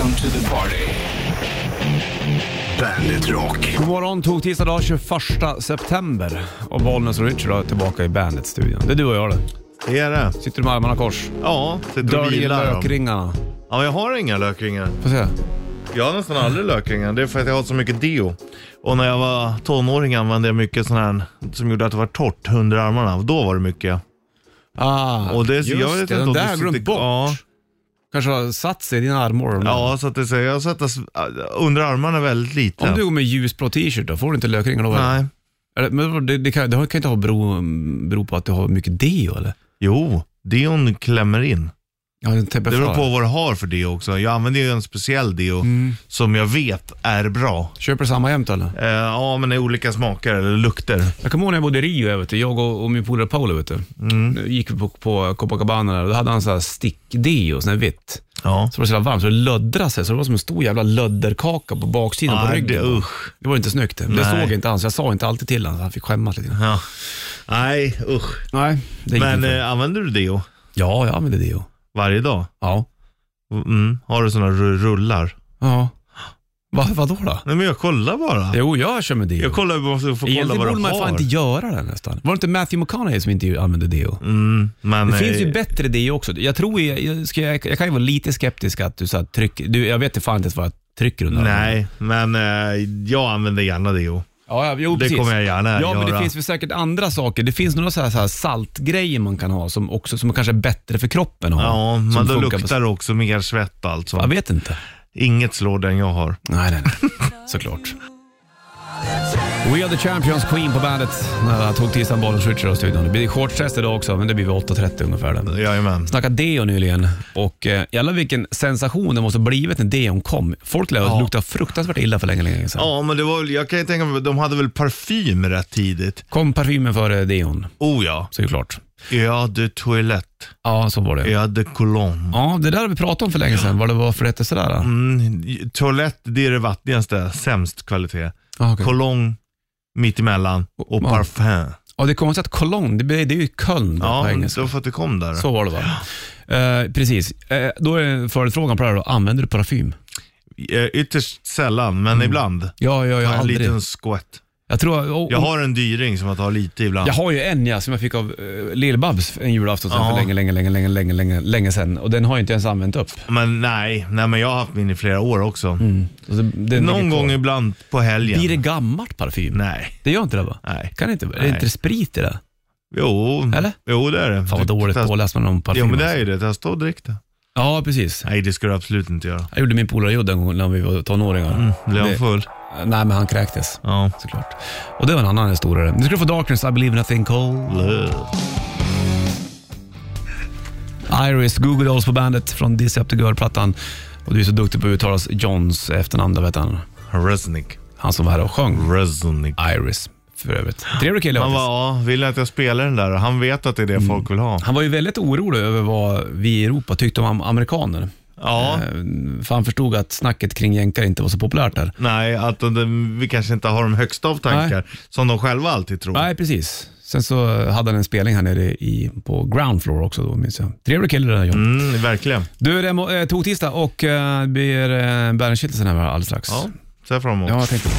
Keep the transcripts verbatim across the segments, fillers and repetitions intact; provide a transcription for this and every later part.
Welcome to the party. Bandit Rock. God morgon, tog tisdag dag tjugoförsta september. Och Bollnäs och Richard är tillbaka i Bandit-studion. Det är du och jag det. Det är det. Sitter du med armarna kors? Ja, sitter och Döljer vilar dem. lökringarna. Ja, jag har inga lökringar. Får se. Jag har nästan aldrig lökringar. Det är för att jag har så mycket deo. Och när jag var tonåring använde jag mycket sån här som gjorde att det var torrt under armarna. Och då var det mycket. Ah, Och det, just jag vet det. inte Den om där det har glömt sitter- bort. Ja, Kanske har satt sig i dina armar. ja, så att det säger jag sätter under armarna väldigt lite. Om du går med ljusblå t-shirt då, får du inte lökringar då? Nej. Eller? Men det, det, kan, det kan inte ha bero, bero på att du har mycket deo, eller? Jo, deon klämmer in. Ja, den täpper Det beror för. på vad du har för deo också. Jag använder ju en speciell deo Mm. som jag vet är bra. Köper du samma jämt, eller? Eh, ja, men det är olika smaker eller lukter. Jag kommer ihåg när jag bodde i Rio, vet du. Jag och, och min polare Paolo, vet du. Mm. Gick vi på, på Copacabana där, och då hade han så här stickdeo, sån här vitt. Ja. Så det var så jävla varmt, så det löddrade sig. Så det var som en stor jävla lödderkaka på baksidan på Nej, ryggen. det, usch. Det var inte snyggt. Det, det Nej. såg jag inte alls. Jag sa inte alltid till honom, så han fick skämmas lite. Ja. Nej, usch. Nej, det gick Men inte. eh, använder du deo Ja, jag använder deo. varje dag? Ja. Mm. Har du såna r- rullar? Ja. Va, vadå då? Nej, men jag kollar bara. Jo, jag kör med deo. Jag kollar bara så får kolla Egentligen vad borde du man har. fan inte göra det nästan. Var det inte Matthew McConaughey som inte använde deo? Mm, men, Det finns eh, ju bättre deo också. Jag tror, jag, jag, ska, jag, jag kan ju vara lite skeptisk att du så här, trycker, du, jag vet inte fan inte ens vad jag trycker under. Nej, men eh, jag använder gärna deo. Ja, ja, jo, Det precis. kommer jag gärna Ja, göra. men det finns väl säkert andra saker. Det finns några så här, så här saltgrejer man kan ha som också som kanske är bättre för kroppen att ha. Ja, som men då funkar luktar det också mer svett alltså. på... Jag vet inte. Inget slår den jag har. Nej, nej, nej. Såklart. We are the champions, Queen på bandet. När jag tog tisdagen bollen switcher av studion. Det blir shortstest idag också, men det blir vid åtta trettio ungefär. Den. Jajamän. Snackade deo nyligen och eh, jävlar vilken sensation det måste ha blivit när deon kom. Folk lär Ja. lukta fruktansvärt illa för länge, länge sedan. Ja, men det var väl, jag kan ju tänka mig, de hade väl parfym rätt tidigt. Kom parfymen före deon, Oh ja. så är det klart. Ja, de toilette. Ja, så var det. Ja, de cologne. Ja, det där har vi pratat om för länge sedan. Vad det var för rätt sådär. då? Mm, toalett, det är det vattnigaste, sämst kvalitet. Ah, okay. Cologne, mittemellan och Ja. parfum. Ja, det kommer att Cologne, det, blir- det är ju Köln då, Ja, på det engelska. var för att det kom där. Så var det, va? Eh, precis. Eh, då är förutfrågan på det här då, använder du parfym? Eh, Ytterst sällan, men ibland. Ja, ja, ja, en aldrig. liten skvätt. Jag tror... Och, Jag har en dyring som jag tar lite ibland. jag har ju en ja, som jag fick av uh, Lill-Babs en julafton sedan Ja. för länge, länge, länge, länge, länge, länge, länge sedan. Och den har jag inte ens använt upp. Men nej, nej, men jag har haft min i flera år också. Mm. Och så, den Någon ligger kvar. gång ibland på helgen. Blir det gammalt parfym? Nej, Det gör inte det, va? nej. Kan det inte? Är det Nej. inte sprit i det? Jo, Eller? jo det är det. Fan vad dåligt Test- påläst man om parfym. Jo, men det är alltså. ju det. Testa och drick det. Ja, precis. Nej, det ska du absolut inte göra. Jag gjorde min polare Judd en gång när vi var tonåringar. Mm, blev han Det- full? Nej, men han kräktes. Ja. Såklart. Och det var en annan historia. Nu ska du få Darkness, I Believe Nothing Cold. Iris, Google Dolls på bandet från This Up To Girl-plattan. Och du är så duktig på att uttala Johns efternamn, vet han. Resnick. Han som var här och sjöng. Resnick. Iris, för övrigt. Trevlig kille Han faktiskt. var, ja, vill att jag spelar den där. Han vet att det är det folk vill ha. Han var ju väldigt orolig över vad vi i Europa tyckte om am- amerikaner. Ja, Eh, För han förstod att snacket kring jänkar inte var så populärt där. nej, att de, vi kanske inte har de högsta av tankar som de själva alltid tror. Nej, precis. Sen så hade han en spelning här nere i, på ground floor också då, minns jag. Trevlig kille det där, John. Mm, verkligen. Du, det är eh, tog tisdag och eh, det blir eh, Bärenskyttelsen här alldeles strax. Ja, ser fram emot. Ja, jag tänkte.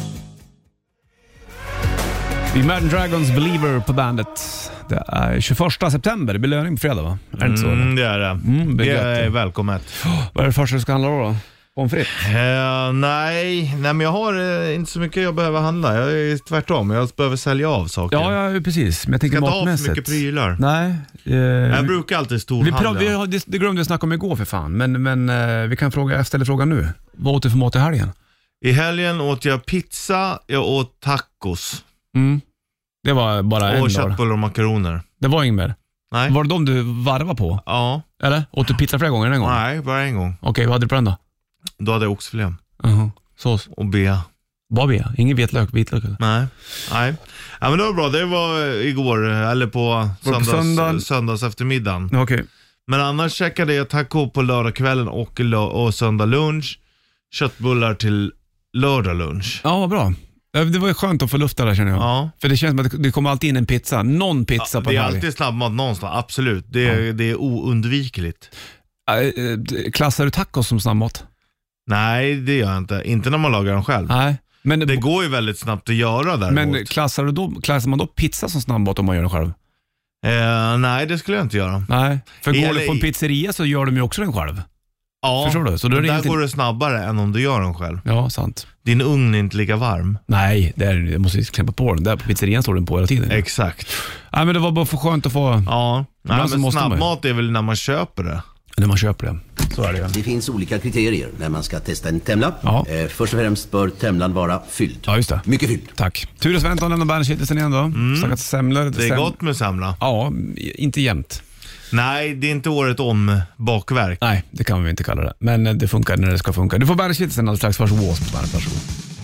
Vi Imagine Dragons Believer på bandet. Det är tjugoförsta september, belöning på fredag, va? Är det inte så? Mm, det är det. Mm, det gött. är välkommet. Vad är det första du ska handla då? då? Pommes frites? Eh, nej, nej, men jag har eh, inte så mycket jag behöver handla. Jag är tvärtom, jag behöver sälja av saker. Ja, ja, precis. Men jag tänker jag ska inte ha för matmässigt. mycket prylar. Nej. Eh, Jag brukar alltid vi storhandla. pra- vi har, det, det glömde jag snacka om igår för fan. Men, men eh, vi kan fråga, jag ställer frågan nu. Vad åt du för mat i helgen? I helgen åt jag pizza, jag åt tacos Mm. Det var bara en och dag. köttbullar och makaroner. Det var inget mer. Nej. Var det de du varvade på? Ja. Eller? Åt du pizza flera gånger än en gång? Nej, bara en gång. Okej, vad hade du på den då? Då hade jag oxfilé Uh-huh. Sås? och bea. Vad blir Ingen vitlök, vitlök eller? Nej. Nej. Ja, men det var bra. Det var igår, eller på Var det på söndags, söndagen? söndags eftermiddagen. Okej. Men annars käkade jag taco på lördagskvällen och, lö- och söndag lunch. Köttbullar till lördag lunch. Ja, vad bra. Ja, det var ju skönt att få lufta där, känner jag. Ja. För det känns som att det- det kommer alltid in en pizza. Någon pizza på Det är en helg. alltid snabbmat någonstans, absolut. Det är, det är oundvikligt. Äh, äh, Klassar du tacos som snabbmat? Nej, det gör jag inte. Inte när man lagar den själv. Nej. Men det går ju väldigt snabbt att göra däremot. Men klassar, du då, klassar man då pizza som snabbmat om man gör den själv? Eh, nej, det skulle jag inte göra. Nej, för går Eller... du på en pizzeria så gör de ju också den själv. Ja, förstår du? Så då är det där inte... går det snabbare än om du gör den själv. Ja, sant. Din ugn är inte lika varm. Nej, det är, jag måste klämpa på den. Där på pizzerian står den på hela tiden. Exakt. Nej, men det var bara för skönt att få... Ja, nej, men snabbmat är väl när man köper det. När man köper det. Så är det. Det finns olika kriterier när man ska testa en temla. Ja. Eh, först och främst bör temlan vara fylld. Ja, just det. Mycket fylld. Tack. Ture Sventon och Bernshittisen igen då. Mm. Snackat semlor. Det är Sem... gott med semla. Ja, inte jämt. Nej, det är inte året om bakverk. Nej, det kan vi inte kalla det. Men det funkar när det ska funka. Du får Bernshittisen alldeles strax. Först Wasp på bandet. Varsågod.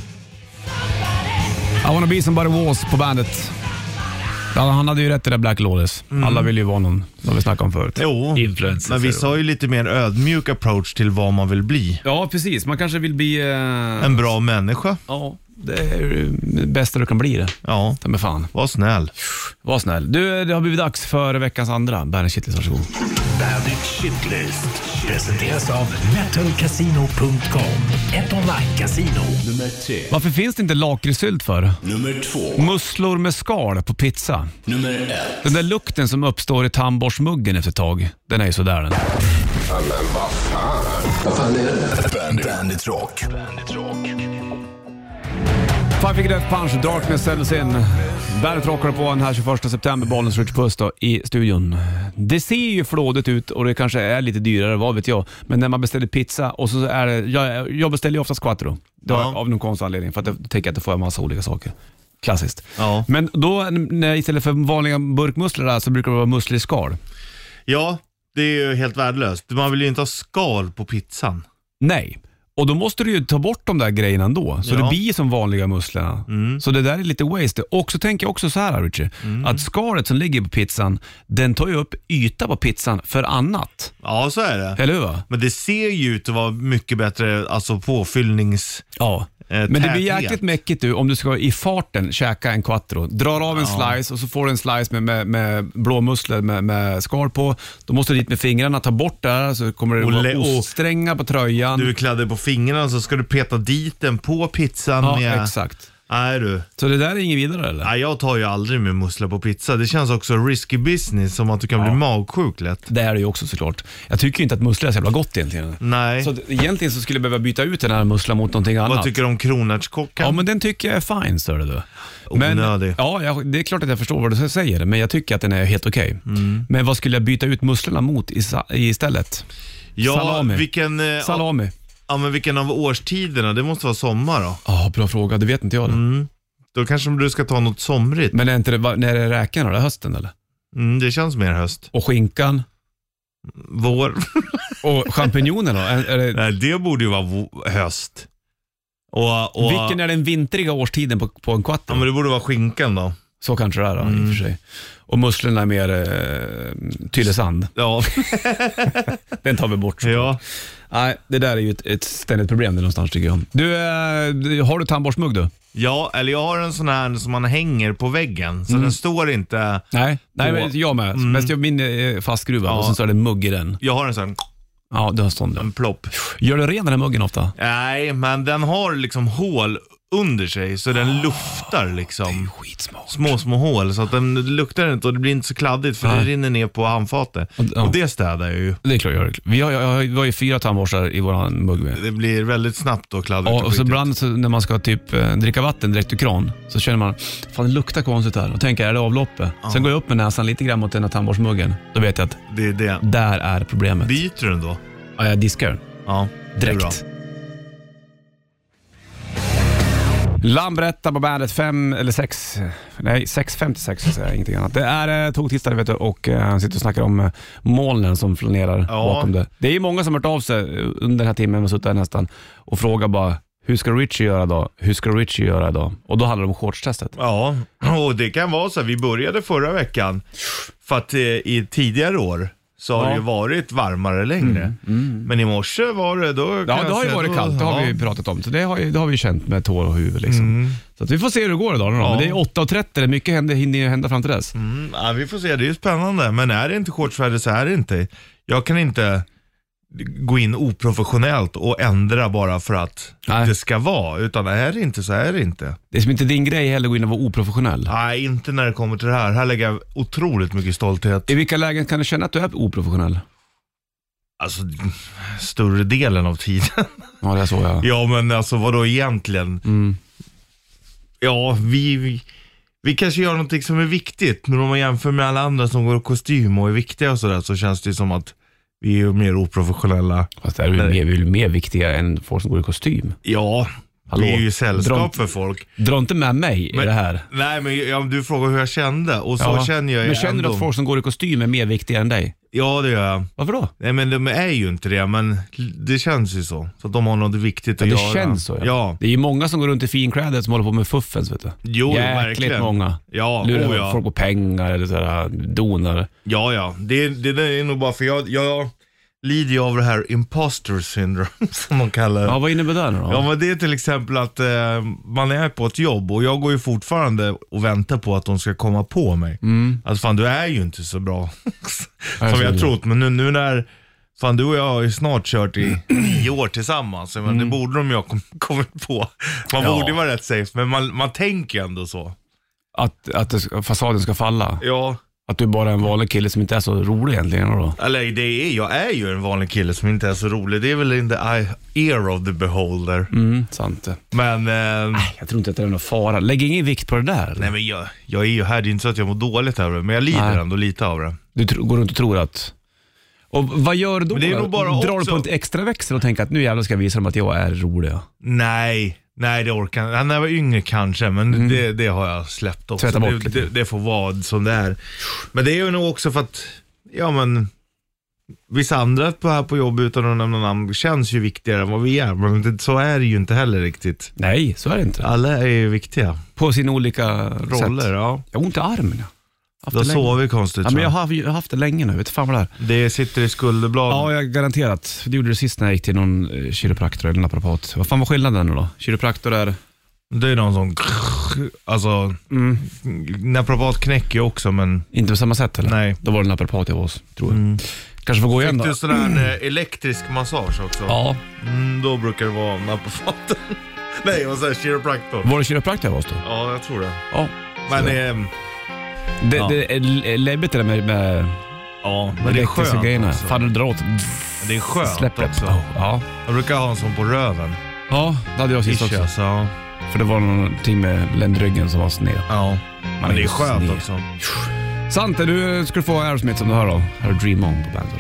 I wanna be somebody Wasp på bandet. Ja, han hade ju rätt i det Black Lawless. Mm. Alla vill ju vara någon, som vi snackade om förut. Jo, influencer. Men vissa har ju lite mer ödmjuk approach till vad man vill bli. Ja, precis. Man kanske vill bli... Eh... En bra människa. Ja, det är det bästa du kan bli det. Ja, men fan. Var snäll. Var snäll. Du, det har blivit dags för veckans andra. Bandit Shitlist, varsågod. Bandit Shitlist presenteras av metal casino punkt com. Ett online-casino. Nummer tre. Varför finns det inte lakritssylt för? Nummer två. Musslor med skal på pizza. Nummer ett. Den där lukten som uppstår i tandborstmuggen efter ett tag, den är ju sådär den. Ja, men vad fan. Vad fan är det? Bandit, Bandit Rock. Bandit Rock. Five Finger Death Punch, Darkness Sells In. Bandet rockar på den här tjugoförsta september, Bollnäs Rich Puss då, i studion. Det ser ju flådigt ut och det kanske är lite dyrare, vad vet jag. Men när man beställer pizza och så är det, jag, jag beställer ju oftast quattro. Då, ja. Av någon konstig anledning, för att jag tänker att det får en massa olika saker. Klassiskt. Ja. Men då, när, istället för vanliga burkmusslor där, så brukar det vara musslor i skal. Ja, det är ju helt värdelöst. Man vill ju inte ha skal på pizzan. Nej. Och då måste du ju ta bort de där grejerna ändå. Så ja. Det blir som vanliga musslorna. Mm. Så det där är lite waste. Och så tänker jag också så här, Richie. Mm. Att skalet som ligger på pizzan, den tar ju upp yta på pizzan för annat. Ja, så är det. Eller hur, va? Men det ser ju ut att vara mycket bättre, alltså påfyllnings... Ja. Men det blir jäkligt mäckigt du om du ska i farten käka en quattro. Drar av en ja. slice och så får du en slice med, med, med blåmussler med, med skal på. Då måste du dit med fingrarna, ta bort det här, så kommer det vara oststrängar på tröjan. Du är klädd på fingrarna så ska du peta dit den på pizzan. Ja, med... exakt. Nej du. Så det där är ingen vidare eller? Nej, jag tar ju aldrig med musslar på pizza. Det känns också risky business, som att du kan ja. bli magsjuk lätt. Det är det ju också såklart. Jag tycker inte att musslar är så jävla gott egentligen. Nej. Så egentligen så skulle jag behöva byta ut den här musslan mot någonting annat. Vad tycker du om kronärtskockan? Ja, men den tycker jag är fine, så är det du. Onödig. Ja, jag, det är klart att jag förstår vad du säger, men jag tycker att den är helt okej. Okay. Mm. Men vad skulle jag byta ut musslorna mot istället? Ja, salami. Vilken, eh, salami. Ja, men vilken av årstiderna? Det måste vara sommar då. Ja, bra fråga. Det vet inte jag. Mm. Då kanske du ska ta något somrigt. Men är inte det, när är räkan då? Det är hösten eller? Mm, det känns mer höst. Och skinkan? Vår. Och champinjoner då? Är, är det... Nej, det borde ju vara vo- höst. Och, och... Vilken är den vintriga årstiden på, på en quattro? Ja, men det borde vara skinkan då. Så kanske det är då, mm. i och för sig. Och musslorna är mer eh, Tylösand. Ja. Den tar vi bort. Så. Ja. Nej, det där är ju ett, ett ständigt problem någonstans tycker jag. Du, eh, har du tandborstmugg du? Ja, eller jag har en sån här som man hänger på väggen. Så mm. den står inte... Nej, Nej men jag med. Mm. Mest jag min är fastskruvad ja. och sen så är det en mugg i den. Jag har en sån... Ja, du har sån. En plopp. Gör du ren den här muggen ofta? Nej, men den har liksom hål under sig så den luftar liksom. Det är skitsmart. Små, små hål så att den luktar inte och det blir inte så kladdigt för ja. det rinner ner på handfatet. Och, ja. och det städar jag ju. Det är klart jag gör. Vi har, jag har, vi har ju fyra tandborstar i våran mugg med. Det blir väldigt snabbt och kladdigt. Ja, och, och så ibland så när man ska typ eh, dricka vatten direkt ur kran så känner man, fan det luktar konstigt här och tänker, är det avloppet? Ja. Sen går jag upp med näsan lite grann mot den här tandborstmuggen. Då vet jag att det är det. Där är problemet. Byter du den då? Ja, jag diskar. Ja, direkt. Lambretta på bandet fem eller sex, nej sex femtiosex så är ingenting annat. Det är eh, tog-tisdag vet du, och han eh, sitter och snackar om eh, molnen som flanerar ja. bakom det. Det är ju många som har hört av sig under den här timmen och suttit här nästan och frågar bara, hur ska Richie göra då? Hur ska Richie göra då? Och då handlar det om shortstestet. Ja, och det kan vara så här, vi började förra veckan för att eh, i tidigare år så har ja. det ju varit varmare längre. Mm, mm. Men i morse var det då... Ja, det har ju varit då, kallt, det har ja. vi pratat om. Så det har, det har vi känt med tår och huvud liksom. Mm. Så att vi får se hur det går idag då. Ja. Men det är åtta och trettio, det är mycket händer, hinner hända fram till dess. Mm, ja, vi får se, det är ju spännande. Men är det inte shortsväder så är det inte. Jag kan inte... gå in oprofessionellt och ändra bara för att Nej. det ska vara. Utan är det inte så är det inte. Det är som inte din grej heller att gå in och vara oprofessionell. Nej, inte när det kommer till det här. Här lägger jag otroligt mycket stolthet. I vilka lägen kan du känna att du är oprofessionell? Alltså, större delen av tiden. Ja, det är så ja. Ja, men alltså vadå egentligen? Mm. Ja, vi, vi, vi kanske gör någonting som är viktigt. Men om man jämför med alla andra som går i kostym och är viktiga och sådär, så känns det som att vi är mer oprofessionella. Fast det är väl mer, väl mer viktiga än folk som går i kostym. Ja, Hallå? vi är ju sällskap Dra- för folk. Dra inte med mig Men- i det här. Nej, men ja, du frågar hur jag kände. Och så Ja. känner jag Men känner ändå. du att folk som går i kostym är mer viktiga än dig? Ja, det gör jag. Varför då? Nej, men de är ju inte det, men det känns ju så. Så att de har något viktigt Ja, att det göra. känns så. Ja. Ja. Det är ju många som går runt i finkläder som håller på med fuffens, vet du. Jo, Jäkligt verkligen. många. Ja, Lurar oh, ja. folk på pengar eller sådär, donar. Ja, ja. Det, det, det är nog bara för jag, jag lider ju av det här imposter syndrome som de kallar det. Ja, vad innebär det nu då? Ja, men det är till exempel att eh, man är på ett jobb och jag går ju fortfarande och väntar på att de ska komma på mig. Mm. Alltså fan, du är ju inte så bra som så jag det. trott. Men nu, nu när, fan du och jag har ju snart kört i nio år tillsammans. Men det borde de ju ha kom, kommit på. Man Ja. borde ju vara rätt safe, men man, man tänker ju ändå så. Att, att det ska, fasaden ska falla. Ja, Att du bara är en vanlig kille som inte är så rolig egentligen då. eller det är, jag är ju en vanlig kille som inte är så rolig. Det är väl in the eye, ear of the beholder. Mm, sant det. Men, eh, Jag tror inte att det är någon fara. Lägg ingen vikt på det där. nej men jag, jag är ju här, det är inte så att jag mår dåligt av det. Men jag lider Nej. ändå lite av det. Du tro, går runt och tror att... Och vad gör du då? Men det är nog bara Drar också- du på en extra växel och tänker att nu jävlar ska jag visa dem att jag är rolig. Ja. Nej, nej det orkar jag. När jag var yngre kanske, men det, det har jag släppt också. Tvätta bort det, lite. det, det får vara som det är. Men det är ju nog också för att, ja men, vissa andra på här på jobb utan att nämna namn känns ju viktigare än vad vi är. Men det, så är det ju inte heller riktigt. Nej, så är det inte. Alla är ju viktiga. På sina olika Roller, sätt. ja. Jag har ont i armen. Ja. Haft Då det länge. sover vi konstigt. Ja, men jag så. har, jag har haft det länge nu. Vet du fan vad det är? Det sitter i skulderbladen. Ja, jag garanterat. Det gjorde det sist när jag gick till någon eh, kiropraktor eller naprapat. Vad fan var skillnaden nu då? Kiropraktor är... Det är någon som, alltså, Mm. naprapat knäcker ju också, men Inte på samma sätt eller? nej. Då var det naprapat jag var hos, tror jag. Kanske får gå igen Fick då. du sån här eh, elektrisk massage också? Ja. Mm, då brukar det vara naprapaten. Nej, jag var såhär kiropraktor. Var det kiropraktor jag var hos då? Ja, jag tror det. Ja. Men, Så. eh, Det, Ja. det är läbbigt det där med, med ja, men det är elektriska skönt grejerna. också. Fan, du drar åt. Det är skönt Släpp det. också. Ja. Jag brukar ha en sån på röven. Ja, det hade jag sist också. Ischias, ja. För det var någonting med ländryggen som var sned. Ja. Men det är ju skönt sned. också. Sant, du ska få Aerosmith som du hör då. Här är Dream On på bandet.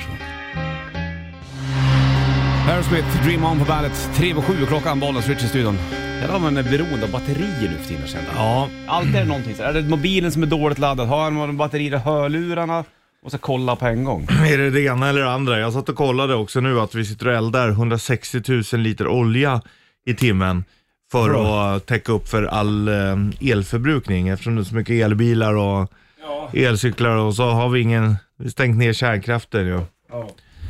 Aerosmith, Dream On på bandet. Tre och sju klockan, Bollnäs Rich i studion. Jag har man är beroende av batterier nu för tiden, känner jag. Ja. Alltid är det någonting så. Är det mobilen som är dåligt laddad? Har man batterier i hörlurarna? Och så kolla på en gång. Är det det ena eller det andra? Jag satt och kollade också nu att vi sitter och eldar hundrasextio tusen liter olja i timmen för Bra. att täcka upp för all eh, elförbrukning, eftersom det är så mycket elbilar och Ja. elcyklar, och så har vi ingen, vi stängt ner kärnkraften ju. Ja.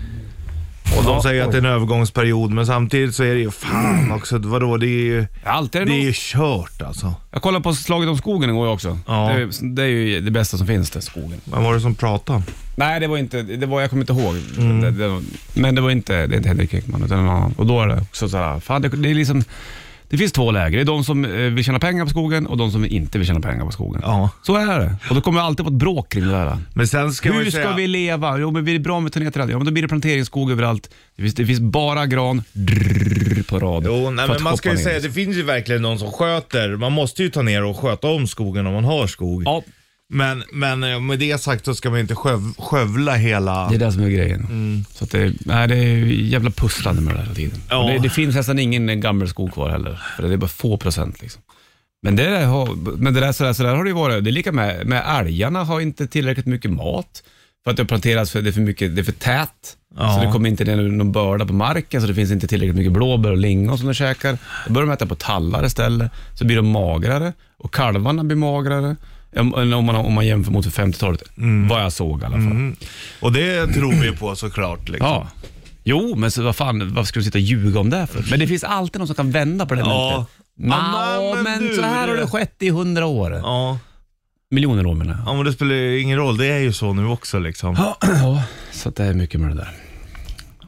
Och de Ja, säger att det är oj. en övergångsperiod, men samtidigt så är det ju fan också, vadå, det är ju, Alltid är det det är någon... ju kört alltså. Jag kollade på Slaget om skogen igår också. Ja. Det, är- det är ju det bästa som finns, det skogen. Vem var det som pratade? Nej, det var inte, det var, jag kommer inte ihåg. Det, det var, men det var inte, det är inte Henrik Ekman utan en annan. Och då är det också så här, fan det, det är liksom, det finns två läger. Det är de som eh, vill tjäna pengar på skogen och de som inte vill tjäna pengar på skogen. Ja. Så är det. Och då kommer det alltid på ett bråk kring det där. Men sen ska man Hur ju ska säga, vi leva? Jo, men blir det bra med tar ner träd? Ja, men då blir det planteringsskog överallt. Det finns, det finns bara gran drrrr, på rad. Jo, nej, för att men man ska ju hoppa ner. säga, det finns ju verkligen någon som sköter. Man måste ju ta ner och sköta om skogen om man har skog. Ja, Men, men eh, med det sagt så ska man inte sköv, skövla hela... det är det som är grejen. Så att det, nej, det är jävla pusslande med det här hela tiden. Ja. Och det, det finns nästan ingen gammal skog kvar heller. För det är bara få procent liksom. Men det där, har, men det där, så där, så där har det ju varit. Det är lika med, med älgarna har inte tillräckligt mycket mat. För att det har planterats för det är för mycket, det är för tät. Ja. Så det kommer inte någon, någon börda på marken, så det finns inte tillräckligt mycket blåbär och lingon som de käkar. Då börjar de äta på tallar istället. Så blir de magrare och kalvarna blir magrare. Om om man, om man jämför mot för femtiotalet. Vad jag såg i alla fall. Mm. Och det tror vi på såklart liksom. Ja. Jo, men så vad fan, varför ska du sitta och ljuga om det för? Men det finns alltid någon som kan vända på det Ja. myntet. Ja, Ja, men men, du, så här har det- det skett i hundra år. Ja. Miljoner år menar jag. Ja, men det spelar ju ingen roll, det är ju så nu också liksom. Ja, så att det är mycket med det där.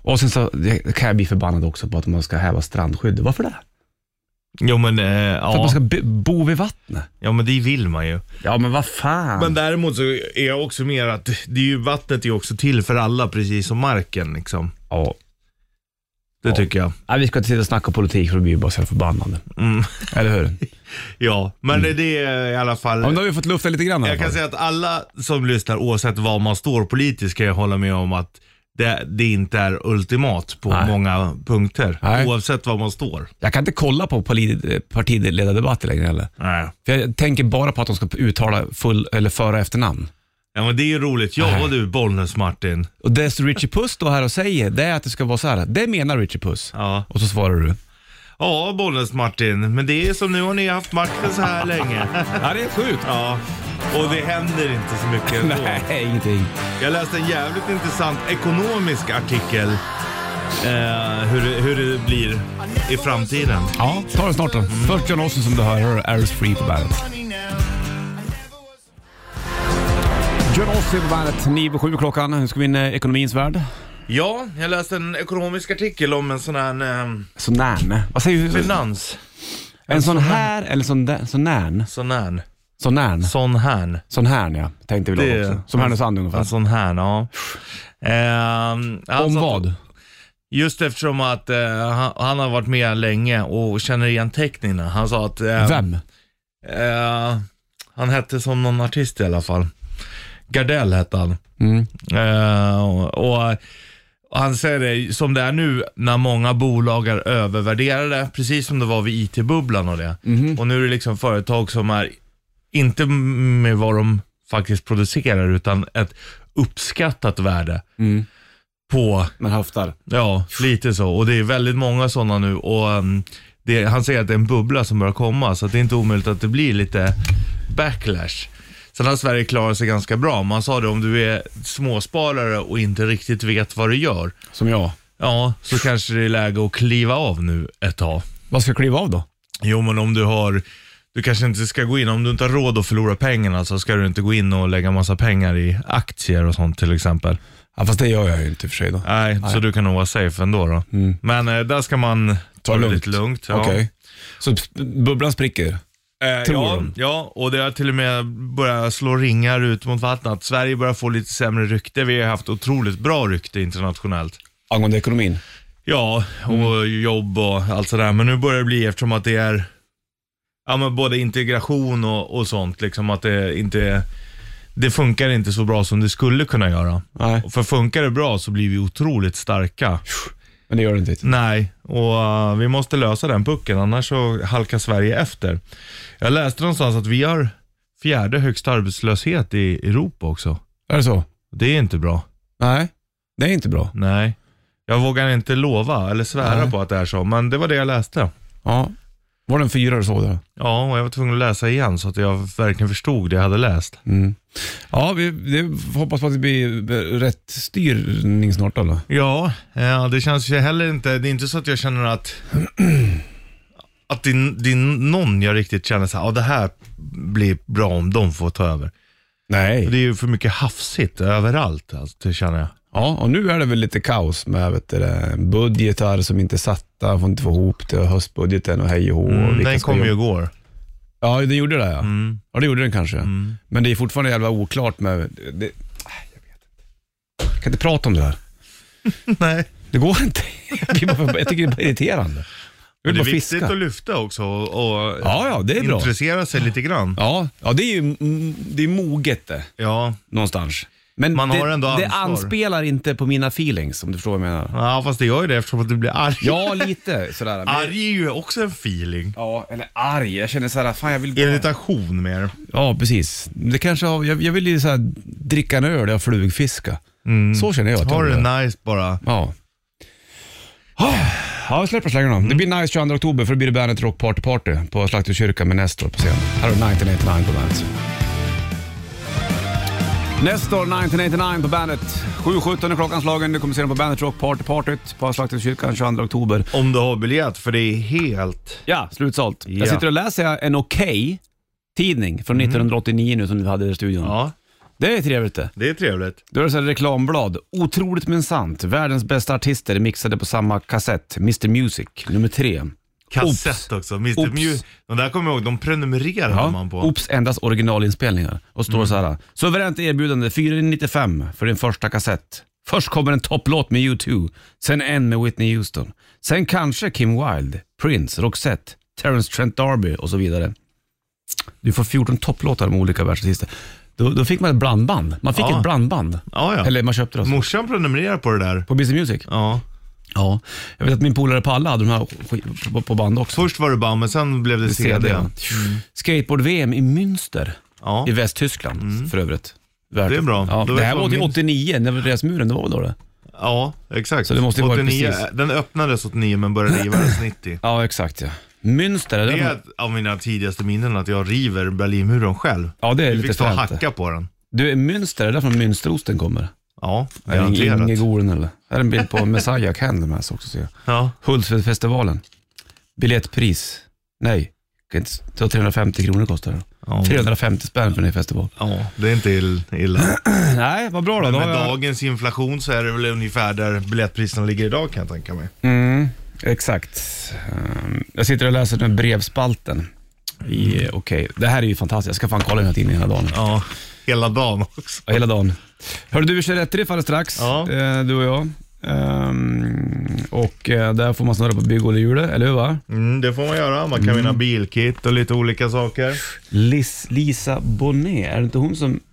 Och sen så kan jag bli förbannad också på att man ska häva strandskydd. Varför det? Jo men, eh, ja. För att man ska be- bo vid vattnet. Ja men det vill man ju. Ja men vad fan. Men däremot så är jag också mer att det är ju, vattnet är ju också till för alla, precis som marken liksom. Ja. Det ja. tycker jag. Nej, vi ska inte sitta och snacka politik för att bli bara så förbannade. Mm. Eller hur? Ja, men mm. det är i alla fall... Ja, men då har vi fått lufta lite grann. Jag kan säga att alla som lyssnar, oavsett vad man står politiskt, kan jag hålla med om att det, det inte är ultimat på Nej. många punkter. Nej. Oavsett vad man står. Jag kan inte kolla på partiledardebatter längre heller. Nej. För jag tänker bara på att de ska uttala full eller föra efternamn. Ja men det är ju roligt. Ja och du, Bollnäs Martin. Och det Richie Puss står här och säger, det är att det ska vara så här. Det menar Richie Puss. Ja. Och så svarar du. Ja, Bollnäs Martin. Men det är som nu har ni haft makten så här länge. Ja, det är sjukt. Ja. Och det händer inte så mycket ändå. Nej, ingenting. Jag läste en jävligt intressant ekonomisk artikel. Eh, hur, hur det blir i framtiden. Ja, ta det snart då. Mm. Först John Ossie som du hör, hör Aris Free på bandet. John Ossie på bandet, nio på sju klockan. Nu ska vi in i ekonomins värld. Ja, jag läste en ekonomisk artikel om en sån här... Eh, sån här? Vad säger du? Finans. En, en sån här eller sån där, sån här? Sån här. Sån här? Sån här. Sån här, ja. Tänkte vi då också. Som Härnösand ungefär. En sån här, ja. Eh, om vad? Just eftersom att eh, han, han har varit med länge och känner igen teckningarna. Han sa att... Eh, Vem? Eh, han hette som någon artist i alla fall. Gardell hette han. Mm. Eh, och, och han säger det, som det är nu när många bolag är övervärderade, precis som det var vid I T-bubblan och det. Mm. Och nu är det liksom företag som är inte med vad de faktiskt producerar utan ett uppskattat värde. Mm. På... Man höftar. Ja, lite så. Och det är väldigt många sådana nu. Och um, det, han säger att det är en bubbla som börjar komma, så att det är inte omöjligt att det blir lite backlash. Sen har Sverige klarat sig ganska bra. Man sa det, om du är småsparare och inte riktigt vet vad du gör. Som jag. Ja, så kanske det är läge att kliva av nu ett tag. Vad ska jag kliva av då? Jo, men om du har... Du kanske inte ska gå in, om du inte har råd att förlora pengarna, så ska du inte gå in och lägga massa pengar i aktier och sånt till exempel. Ja, fast det gör jag ju inte för sig då. Nej, Nej. Så du kan nog vara safe ändå då. Mm. Men eh, där ska man ta det lugnt. lite lugnt. Ja. Okej. Okay. Så bubblan spricker? Eh, ja, ja, och det har till och med börjat slå ringar ut mot vattnet. Sverige börjar få lite sämre rykte. Vi har haft otroligt bra rykte internationellt. Angående ekonomin? Ja, och mm. jobb och allt sådär. Men nu börjar det bli, eftersom att det är ja, men både integration och, och sånt. Liksom att det inte det funkar inte så bra som det skulle kunna göra. Nej. Och för funkar det bra så blir vi otroligt starka. Men det gör det inte. Nej, och uh, vi måste lösa den pucken, annars så halkar Sverige efter. Jag läste någonstans att vi har fjärde högsta arbetslöshet i Europa också. Är det så? Det är inte bra. Nej, det är inte bra. Nej, jag vågar inte lova eller svära Nej. på att det är så, men det var det jag läste. Ja, var det en fyra eller så då? Ja, och jag var tvungen att läsa igen så att jag verkligen förstod det jag hade läst. Mm. Ja, vi, vi hoppas på att det blir rätt styrning snart eller? Ja, ja, det känns ju heller inte, det är inte så att jag känner att att det, det är någon jag riktigt känner så här, ja, det här blir bra om de får ta över. Nej. Det är ju för mycket hafsigt överallt, alltså, det känner jag. Ja, och nu är det väl lite kaos med vet du, budgetar som inte är satta, får inte få ihop det, höstbudgeten och hej och hå. Mm, den kom ju igår. Ja, den gjorde det, ja. Mm. Ja, det gjorde den kanske. Mm. Men det är fortfarande jävla oklart med... Det, det, nej, jag vet inte. Jag kan inte prata om det här. Nej. Det går inte. Jag tycker det är bara irriterande. Men det är viktigt fiska. Att lyfta också och, och ja, ja, det är intressera bra. sig lite grann. Ja, ja det är ju det är moget det. Ja. Någonstans. Men man det, har ändå ansvar. Det anspelar inte på mina feelings, om du förstår vad jag menar. Ja, fast det gör ju det eftersom att du blir arg. Ja, lite sådär. Men... Arg är ju också en feeling. Ja, eller arg. Jag känner såhär, fan jag vill... Bara... Irritation mer. Ja, precis. Det kanske har, jag, jag vill ju såhär dricka en öl och flugfiska. Mm. Så känner jag. Har det nice bara. Ja. Ja, vi släpper slängarna. Mm. Det blir nice tjugoandra oktober för det blir Bandet Rock Party Party på Slakterkyrkan med Nestor på scen. Här har nitton åttionio på bandet. Nestor nitton åttionio på bandet. sju sjutton är klockan slagen. Du kommer se den på Bandet Rock Party Party på Slakterkyrkan tjugoandra oktober. Om du har biljett, för det är helt... Ja, slutsålt. Ja. Jag sitter och läser en okej tidning från mm. nittonhundraåttionio nu som vi hade i studion. Ja. Det är trevligt det. Det är trevligt. Då är det så här reklamblad. Otroligt men sant. Världens bästa artister mixade på samma kassett. mister Music, nummer tre. Kassett också. mister Music. De där kommer jag ihåg, de prenumererar Ja, man på. Oops, endast originalinspelningar. Och står mm. så här. Suveränt erbjudande fyra nittiofem för din första kassett. Först kommer en topplåt med U två. Sen en med Whitney Houston. Sen kanske Kim Wilde, Prince, Roxette, Terence Trent D'Arby och så vidare. Du får fjorton topplåtar med olika världsartister. Då, då fick man ett blandband. Man fick ja. ett blandband. Ja, ja. Eller man köpte det. Också. Morsan prenumererar på det där. På mister Music? Ja. Ja. Jag vet att min polare Palla hade de här på, på band också. Först var det band, men sen blev det, det C D. Mm. Skateboard-V M i Münster. Ja. I Västtyskland mm. för övrigt. Värt. Det är bra. Ja, det här var till åttionio, när resmuren det var då det. Ja, exakt. Så det måste åttionio, den öppnades åttionio men började rivas nittio. Ja, exakt ja. Münster, är det, det är av mina tidigaste minnen att jag river Berlinmuren själv. Ja, det är du lite fick ta fränt. hacka på den. Du, är Münster, är det från Münsterosten kommer? Ja, garanterat. Inge Goren eller? Här är en bild på Messiah Candy med också ser jag. Ja. Hultsfredsfestivalen. Biljettpris. Nej, trehundrafemtio kronor kostar det. Ja. trehundrafemtio spänn för en festival. Ja, det är inte illa. Nej, vad bra då. Men med jag... dagens inflation så är det väl ungefär där biljettpriserna ligger idag, kan jag tänka mig. Mm, exakt. Jag sitter och läser den brevspalten. I, okej, okay. Det här är ju fantastiskt. Jag ska fan kolla den här tidningen hela dagen. Ja, hela dagen också. Ja, hela dagen. Hörru du, vi kör rätt i det fallet strax. Ja. Du och jag. Um, och uh, där får man snurra på bygghjulet, eller hur va? Mm, det får man göra. Man kan mm. vinna bilkit och lite olika saker. Lis, Lisa Bonet, är det inte hon som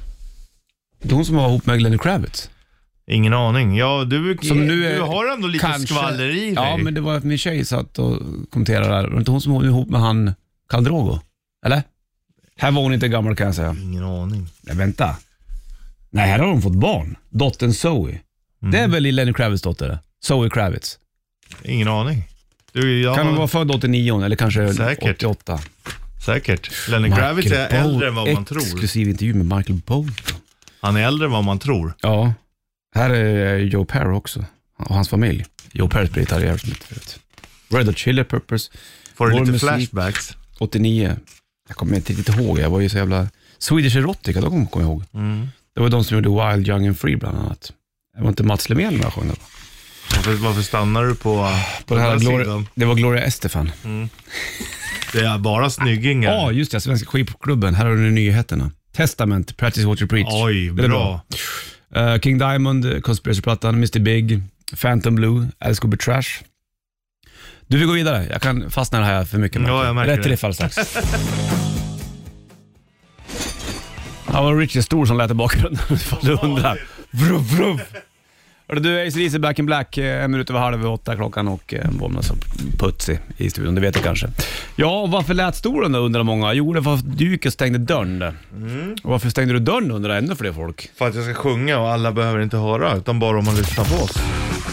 det hon som var ihop med Lenny Kravitz? Ingen aning. Ja, du, som nu är, du har ändå lite kanske, skvaller i dig. Ja, men det var att min tjej satt och kommenterade där. Var det inte hon som var ihop med han Khal Drogo? Eller? Här var hon inte gammal, kan jag säga. Ingen aning. Nej, vänta. Nej, här har hon fått barn. Dottern Zoe. Mm. Det är väl Lenny Kravitz dotter? Zoe Kravitz. Ingen aning. Du, jag... Kan hon vara född åttionio eller kanske säkert. åttioåtta? Säkert. Lenny Kravitz är Bo- äldre än vad man tror. Exklusiv intervju med Michael Bolton. Han är äldre än vad man tror. Ja. Här är Joe Perry också. Och hans familj. Joe Perry spelar gitarr jävligt mycket förut. Red Hot Chili Peppers. Får du lite musik. Flashbacks? åttionio. Jag kommer inte riktigt ihåg. Jag var ju så jävla... Swedish Erotica, då kommer jag ihåg. Mm. Det var de som gjorde Wild, Young and Free bland annat. Det var inte Mats Lemén med sjöng. Varför, varför stannar du på, på den här Gloria, det var Gloria Estefan. Mm. Det är bara snyggingar. Ja, just det. Svenska skivklubben. Här har du nyheterna. Testament, Practice What You Preach. Oj, bra. bra. Uh, King Diamond, Conspiracy-plattan, mister Big, Phantom Blue, Alice Cooper Trash. Du vill gå vidare. Jag kan fastna det här för mycket. Ja, jag märker Rätt till det fall strax. Ja, var Richie Stor som lät i bakgrunden. Du undrar. Vruv, vruv. Du är Easy Back in Black, en minut över halv åtta klockan och en bomna som putsig i studion, det vet jag kanske. Ja, och varför lät stolen då, undrar många? Jo, det var för att du gick och stängde dörren där. Mm. Och varför stängde du dörren, undrar ännu fler folk? För att jag ska sjunga och alla behöver inte höra, utan bara om man lyssnar på oss.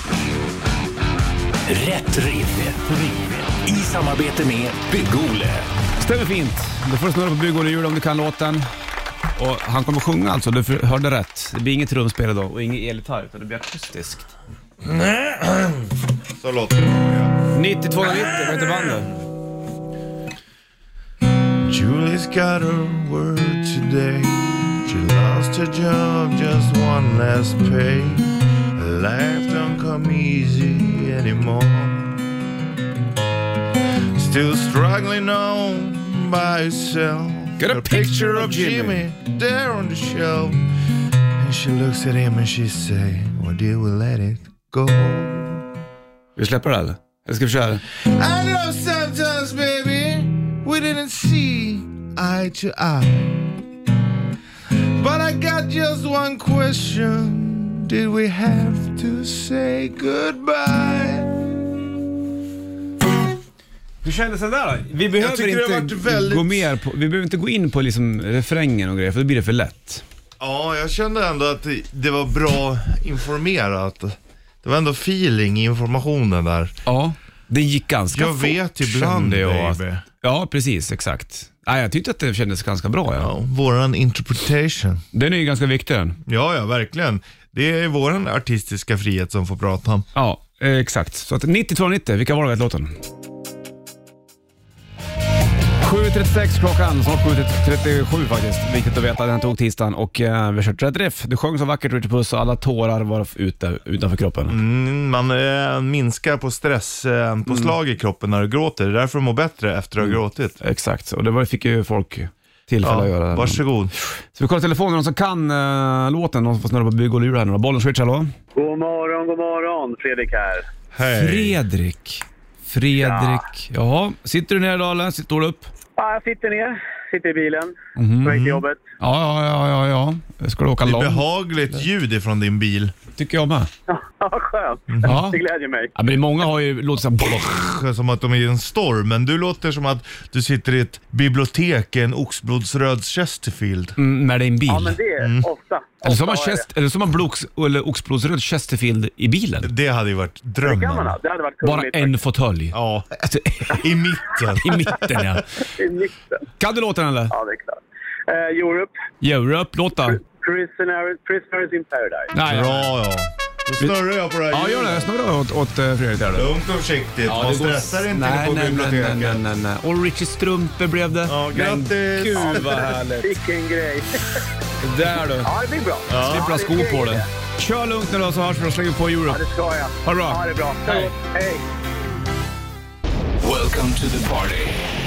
Rätt riff. I samarbete med Bygg-Ole. Stämmer fint. Du får snurra på Bygg-Ole jul om du kan låten. Och han kommer sjunga alltså, du hörde rätt. Det blir inget trumspel idag och inget elgitarr, utan det blir akustiskt. Så låter det. nittiotvå nittio, vad heter bandet? Julie's got her word today. She lost her job, just one last pay. Life don't come easy anymore. Still struggling on by herself. Got a, a picture, picture of Jimmy. Jimmy there on the shelf. And she looks at him and she say, why did we let it go? Vi släpper det eller? Jag ska försöka. I know sometimes baby we didn't see eye to eye. But I got just one question. Did we have to say goodbye? Hur kändes det där då? Vi behöver inte väldigt... gå mer på, vi behöver inte gå in på liksom refrängen och grejer, för då blir det för lätt. Ja, jag kände ändå att det var bra informerat. Det var ändå feeling i informationen där. Ja, det gick ganska jag fort. Jag vet ibland, baby. Att, ja, precis, exakt. Ja, jag tyckte att det kändes ganska bra. Ja, ja våran interpretation. Den är ju ganska viktig den. Ja, ja, verkligen. Det är våran artistiska frihet som får prata om. Ja, exakt. Så att nittiotvå nittio, vilka var det vet låten? sju trettiosex klockan, snart sju trettiosju faktiskt. Viktigt att veta, den tog tisdagen och eh, vi har kört rätt riff. Du sjöng så vackert, Richard Puss, och alla tårar var ute utanför kroppen. Mm, man eh, minskar på stresspåslag eh, mm. i kroppen när du gråter. Det är därför du mår bättre efter att du har mm. gråtit. Exakt, och det var, fick ju folk tillfälle ja, att göra. Varsågod. Så vi kollar telefonen, någon som kan uh, låten, någon som får snurra på bygg och lura här nu. Bollen switch, hallå? God morgon, god morgon. Fredrik här. Hej. Fredrik. Fredrik. Ja. Jaha, sitter du ner idag eller sitter du upp? Ja, jag sitter ner. Sitter i bilen. Mm-hmm. På väg till jobbet. Ja, ja, ja, ja, ja. Ska du åka långt? Det är behagligt ljud ifrån din bil. Tycker jag med. Ja, skönt. Ja. Det glädjer mig. Ja, men många har ju låtit så här... Som att de är i en storm. Men du låter som att du sitter i ett bibliotek i en oxblodsröd Chesterfield. Mm, med din bil. Ja, men det är mm. ofta. Eller som man chest, eller som man blox, eller oxblodsröd Chesterfield i bilen. Det hade ju varit drömmen. Det kan man ha. Det hade varit bara en fåtölj. Ja, i mitten. I mitten, ja. I mitten. Kan du låta den eller? Ja, det är klart. Uh, Europe. Europe, låta. Prisoners, prisoners in Paradise. Nej, bra, ja. Då snurrar jag på det här. Ja, gör det. Jag snurrar åt, åt uh, Fredrik där. Lugnt och försiktigt. Ja, man stressar inte nej, på nej, biblioteket. Nej, nej, nej, nej. Och Richie Strumpe blev det. Ja, grattis. Gud vad härligt. Vilken grej. Där du. Ja, det blir bra. Ja. Slipper ha skor på det. Kör lugnt nu då, så hörs vi och slänger på Europe. Ja, det ska jag. Ha det bra. Ja, det är bra. Hej. Hej. Welcome to the party.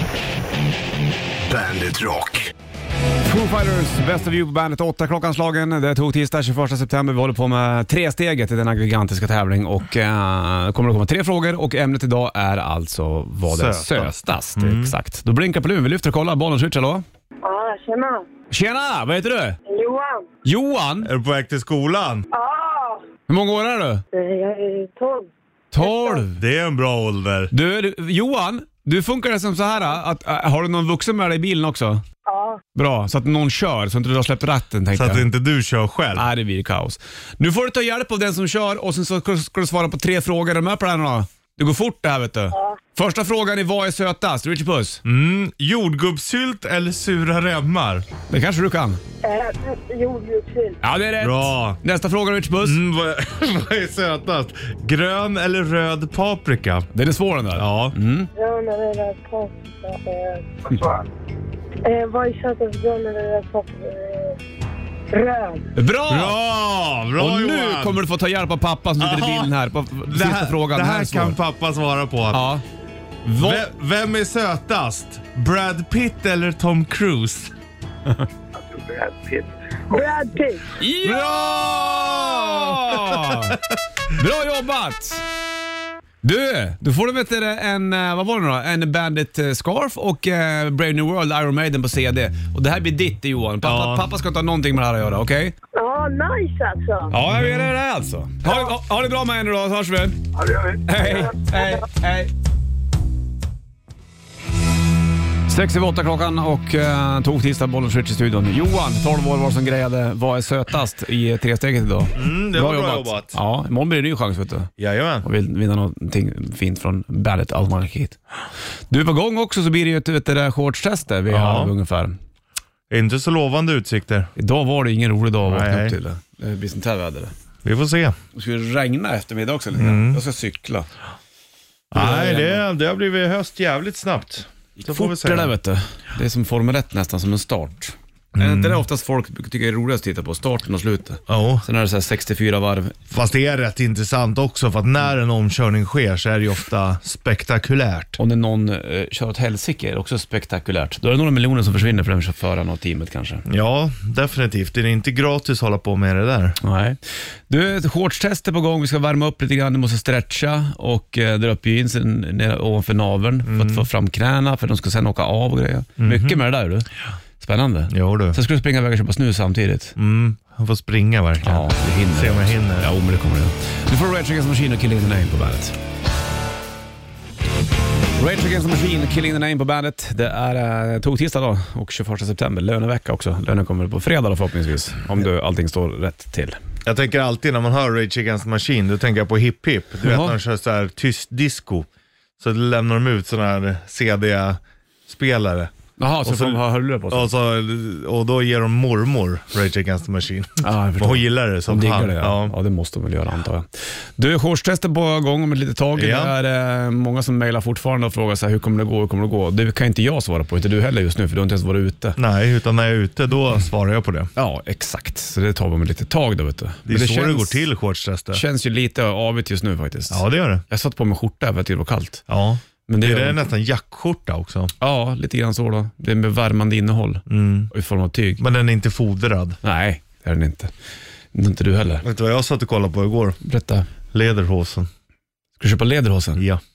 Bandit Rock. Foo Fighters, Best of You på bandet, åtta klockan slagen. Det tog tisdag tjugoförsta september. Vi håller på med tre steget i denna gigantiska tävling. Och uh, kommer det komma tre frågor. Och ämnet idag är alltså vad det är sötast. Mm. Exakt. Då blinkar på luren. Vi lyfter och kollar. Bollen switch, hallå? Ja, tjena. Tjena, vad heter du? Johan. Johan? Är du på väg till skolan? Ja. Hur många år är du? Jag är tolv. tolv. Det är en bra ålder. Du, du Johan, du funkar det som så här att, uh, har du någon vuxen med dig i bilen också? Ja. Bra, så att någon kör, så att du har släppt ratten, tänkte Så att jag. inte du kör själv. Nej, det blir kaos. Nu får du ta hjälp av den som kör och sen så ska du svara på tre frågor. Är du med på det här nu då? Det går fort det här, vet du. Ja. Första frågan är: vad är sötast? Richie Puss. Mm, jordgubbssylt eller sura remmar? Det kanske du kan. Äh, jordgubbssylt. Ja, det är rätt. Bra. Nästa fråga, Richie Puss. Mm, vad, vad är sötast? Grön eller röd paprika? Det är det svåra där. Ja. Mm. Grön eller röd paprika? Eh, vad är sötast? Grön eller röd paprika? Eh, röd. Bra! Bra! Bra, Och nu Johan. kommer du få ta hjälp av pappa som sitter i Aha. bilen här. På Det sista här, frågan. det här är kan svår. pappa svara på. Ja. Vad- Ve- Vem är sötast? Brad Pitt eller Tom Cruise? Brad Pitt. Brad Pitt. Ja! Bra jobbat! Du, du får du vet det, en, eh, vad var det då? En Bandit eh, Scarf och eh, Brave New World Iron Maiden på C D. Och det här blir ditt, Johan. Pappa, Ja. pappa ska inte ha någonting med det här att göra, okej? Okay? Ja, nice alltså. Ja, jag vet det är alltså. Ha, ha, ha det bra med er nu då, så hörs vi. Ja, det gör vi. Hej, hej, hej. Sex över åtta klockan och uh, tog tisdag bollen switch i studion. Johan, tolv år, var som grejade vad är sötast i tresteget idag. Mm, det var bra jobbat. Ja, imorgon blir det en ny chans, vet du. Jajamän. Och vill vinna någonting fint från Bandit Almanakit. Du är på gång också, så blir det ju ett, ett, ett, ett shortstest där vi Ja. har ungefär. Inte så lovande utsikter. Idag var det ingen rolig dag att vakna Nej. upp till. Det, det blir sånt här väder. Vi får se. Det ska ju regna eftermiddag också lite. Mm. Jag ska cykla. Nej, det, det har blivit höst jävligt snabbt. Så får vi Fort det där, se. vet du. Det är som Formel ett nästan, som en start. Mm. Är inte det oftast folk tycker är roligast att titta på? Starten och slutet. Ja, Sen är det så här sextiofyra varv. fast det är rätt intressant också, för att när en omkörning sker så är det ju ofta spektakulärt. Och när någon eh, kör åt helsike är det också spektakulärt. Då är det några miljoner som försvinner för den chauffören och teamet kanske. Ja, definitivt. Det är inte gratis att hålla på med det där. Nej. Du, ett shortstest är på gång. Vi ska värma upp lite grann. Du måste stretcha och eh, dra upp jeansen ner ovanför naveln Mm. för att få fram knäna, för de ska sen åka av och grejer. Mycket med det där, du. Spännande. Jo du. Sen ska du springa iväg och köpa snus samtidigt. Mm, han får springa verkligen. Ja, det hinner. Se om jag hinner. Ja, men det kommer det. Nu får du Rage Against the Machine och Killing the Name på bandet. Rage Against the Machine, Killing the Name på bandet. Det är eh, tog tisdag då och tjugoförsta september, lönevecka också. Lönen kommer på fredag då förhoppningsvis, om du, allting står rätt till. Jag tänker alltid när man hör Rage Against the Machine, då tänker jag på Hip Hip. Du vet Jaha. när de kör så här tyst disco. Så lämnar de ut sådana här C D-spelare. Jaha, så, Och så- får man ha hörlurar på sig. Och, så, och då ger de mormor Rage Against the Machine. Ja, jag förstår. Och hon gillar det som De diggar fan. det, ja. Ja, det måste de väl göra antar jag. Du, shortstester på gång om ett litet tag. Ja. Det är eh, många som mejlar fortfarande och frågar så här, hur kommer det gå, hur kommer det gå? Det kan inte jag svara på, inte du heller just nu, för du har inte ens varit ute. Nej, utan när jag är ute då svarar jag på det. Ja, exakt. Så det tar vi med lite tag då, vet du. Det är Men så det går till shortstester. känns ju lite avigt just nu faktiskt. Ja, det gör det. Jag satt på mig skjorta för att det var kallt. Ja. Men det Det är är nästan jackskjorta också. Ja, lite grann så då. Det är med värmande innehåll Mm. i form av tyg. Men den är inte fodrad. Nej, det är den inte. Det är inte du heller. Vet du vad jag satt och kollade på igår? Berätta. Lederhosen. Ska du köpa lederhosen? Ja.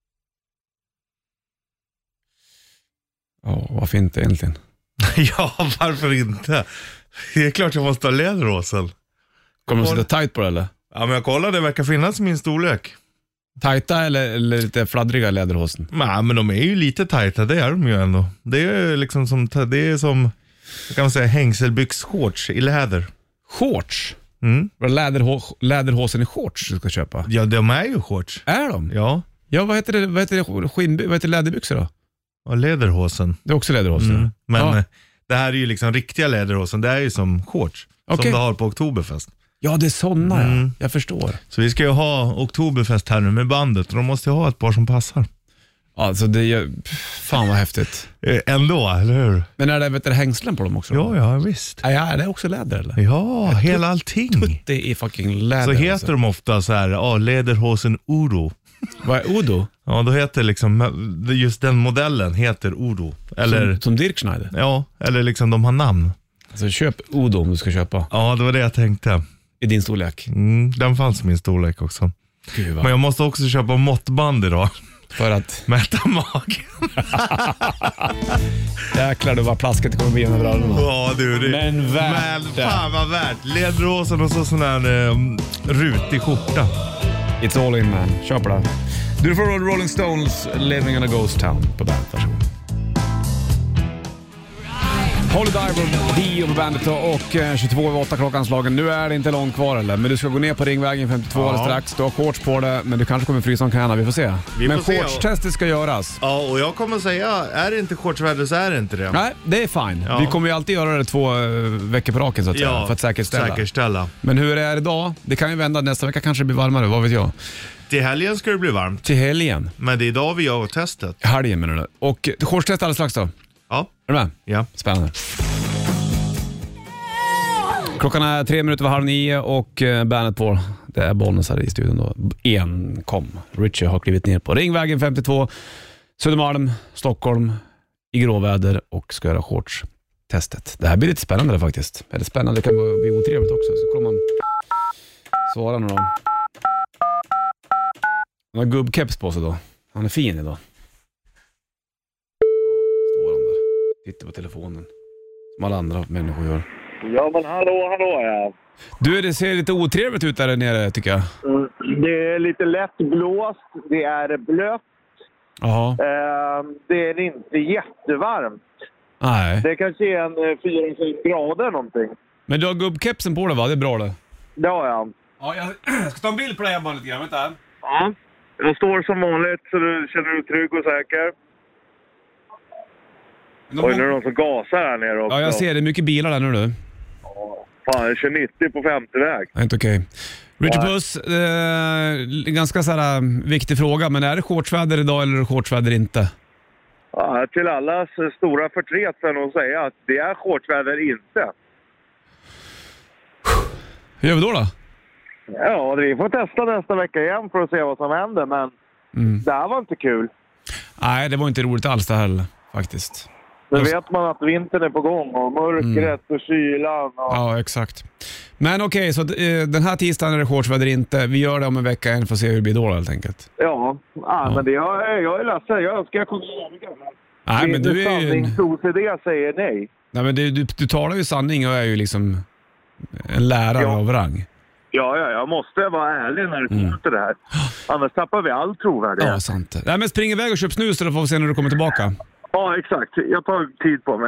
Ja, varför inte egentligen? Ja, varför inte? Det är klart jag måste ha lederhosen. Kommer de sitta tight på det eller? Ja, men jag kollade, det verkar finnas min storlek. Tajta eller, eller lite fladdriga lederhosen? Nej, men de är ju lite tajta, det är de ju ändå. Det är liksom som, det är som, vad kan man säga, hängselbyxshorts i läder. Shorts? Mm. Var det läderho- läderhosen i shorts du ska köpa? Ja, de är ju shorts. Är de? Ja, Ja, vad heter det? Vad heter det? Skinn, vad heter läderbyxor då? och lederhosen. Det är också läderhosen. Mm. Men ja. eh, det här är ju liksom riktiga läderhosen, det är ju som shorts. Okej. Som du har på Oktoberfest. Ja, det är såna ja. Mm. Jag förstår. Så vi ska ju ha Oktoberfest här nu med bandet och då måste jag ha ett par som passar. Alltså det är fan vad häftigt. Eh, ändå, eller hur? Men är det, vet du, hängslen på dem också? Ja, ja, visst. Ja, ja, är det också läder eller? Ja, hela allting. Det är fucking läder. Så heter alltså. de ofta så här, ja, lederhosen Uro. Vad är Udo? Ja, då heter liksom, just den modellen heter Uro. Eller, Som, som Dirk Schneider. ja, eller liksom de har namn. Alltså köp Udo om du ska köpa. Ja, det var det jag tänkte. I din storlek. Mm, den fanns min storlek också. Gud vad. Men jag måste också köpa måttband idag. För att Mäta magen. jäklar det var plasket kommer bli över brallorna. Ja, du. Det, Men värt men det. fan vad värt. Ledrosen och så sån här um, rutig skjorta. It's all in man. Kör på det. Du får Rolling Stones Living in a Ghost Town på bandet. Varsågod. Holy Diver, Dio på bandet och eh, tjugotvå över åtta klockan slagen. Nu är det inte långt kvar eller, men du ska gå ner på Ringvägen femtiotvå Ja. alldeles strax. Du har shorts på det, men du kanske kommer frysa om kajarna. Vi får se. Vi men får se. shortstestet ska göras. Ja, och jag kommer säga, är det inte shortsväder så är det inte det. Nej, det är fine. Ja. Vi kommer ju alltid göra det två eh, veckor på raken så att säga, Ja, för att säkerställa. säkerställa. Men hur det är idag, det kan ju vända. Nästa vecka kanske det blir varmare, vad vet jag. Till helgen ska det bli varmt. Till helgen. Men det är idag vi gör testet. Helgen menar du. Och shortstest alldeles strax då. Ja, Är du med? ja. Spännande. Klockan är tre minuter över halv nio och eh, bandet på. Det är Bollnäs här i studion då. Enkom. Richie har klivit ner på Ringvägen femtiotvå, Södermalm, Stockholm i gråväder och ska göra shorts-testet. Det här blir lite spännande faktiskt. Eller spännande, det kan bli otrevligt också. Så kommer man svara nu då. Han har gubbkeps på sig då. Han är fin idag. Står han där. Tittar på telefonen. Som alla andra människor gör. Ja, men hallå, hallå ja. Du, det ser lite otrevligt ut där nere tycker jag. Mm, det är lite lätt blåst, det är blött, Jaha. eh, det är inte jättevarmt. Nej. Det kanske är en eh, fyra fem grader någonting. Men du har gubbkepsen på dig va? Det är bra det. Det har jag. Ja, jag ska ta en bild på dig bara lite grann. Vänta här. Ja. Jag står som vanligt så du känner dig trygg och säker. Oj, nu är det någon som gasar här nere också. Ja, jag ser det. Mycket bilar där nu du. Fan, jag kör nittio på femtio-väg. Det är inte okej. Richard Puss, eh, ganska så här, äh, viktig fråga. Men är det shortsväder idag eller är det shortsväder inte? Ja, till allas stora förtret kan jag nog säga att det är shortsväder inte. Hur gör vi då då? Ja, vi får testa nästa vecka igen för att se vad som händer, men Mm. det här var inte kul. Nej, det var inte roligt alls det här faktiskt. Nu Just- vet man att vintern är på gång och mörkret och kylan. Och... Ja, exakt. Men okej, så eh, den här tisdagen är det shortsväder inte. Vi gör det om en vecka igen för att se hur det blir då helt enkelt. Ja, ja, men det, jag, jag är ledsen. Jag önskar jag kunde ljuga. Nej, men du är ju... sanningsos i det säger nej. Nej, men du, du, du talar ju sanning och är ju liksom en lärare Ja. av rang. Ja, ja, jag måste vara ärlig när det kommer Mm. till det här. Annars tappar vi all trovärdighet. Ja, sant. Nej, men spring iväg och köp snus så får vi se när du kommer tillbaka. Ja, exakt. Jag tar tid på mig.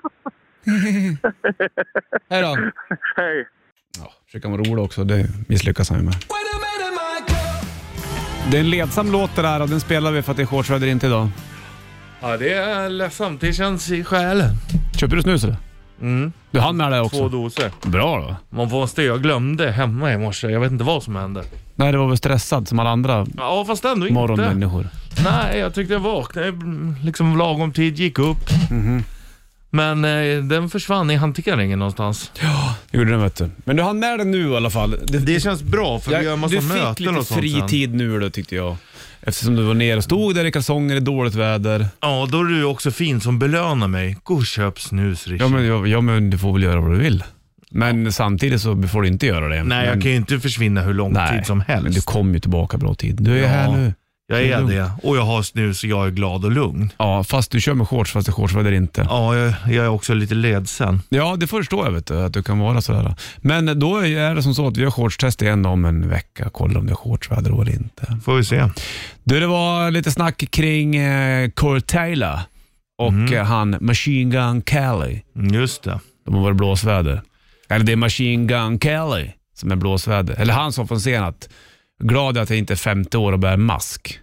Hej då. Hej. Ja, försöka vara rolig också, det misslyckas han ju med. Det är en ledsam låt det där och den spelar vi för att det är shortsväder inte idag. Ja, det är ledsamt. Det känns i själen. Köper du snus eller? Mm. Du hann med det också? Två doser. Bra då. Man får stå, jag glömde hemma i morse. Jag vet inte vad som hände. Nej, det var väl stressad som alla andra Ja, fast ändå inte. morgonmänniskor. Nej, jag tyckte jag vaknade liksom lagom tid, gick upp. Mm-hmm. Men eh, den försvann i hanteringen någonstans. Ja, det gjorde den, vet du. Men du hann med den nu i alla fall. Det, Det känns bra för vi gör en massa du möten fick och lite sånt fritid sen. nu då, tyckte jag. Eftersom du var nere och stod där i kalsonger i dåligt väder. Ja, då är du också fin som belönar mig. Gå och köp snus, Richard. Ja men, ja, ja, men du får väl göra vad du vill. Men samtidigt så får du inte göra det. Nej, men, jag kan ju inte försvinna hur lång nej, tid som helst. men du kommer ju tillbaka bra tid. Du är Ja. här nu. Jag är det. Och jag har snus och jag är glad och lugn. Ja, fast du kör med shorts fast det är shortsväder inte. Ja, jag, jag är också lite ledsen. Ja, det förstår jag, vet du, att du kan vara sådär. Men då är det som så att vi har shortstest igen om en vecka. Kolla om det är shortsväder eller inte. Får vi se. Du, det var lite snack kring eh, Corey Taylor och Mm. eh, han Machine Gun Kelly. Just det. De har varit blåsväder. Eller det är Machine Gun Kelly som är blåsväder. Eller han som får scen att glad att jag inte är femtio år och bär mask.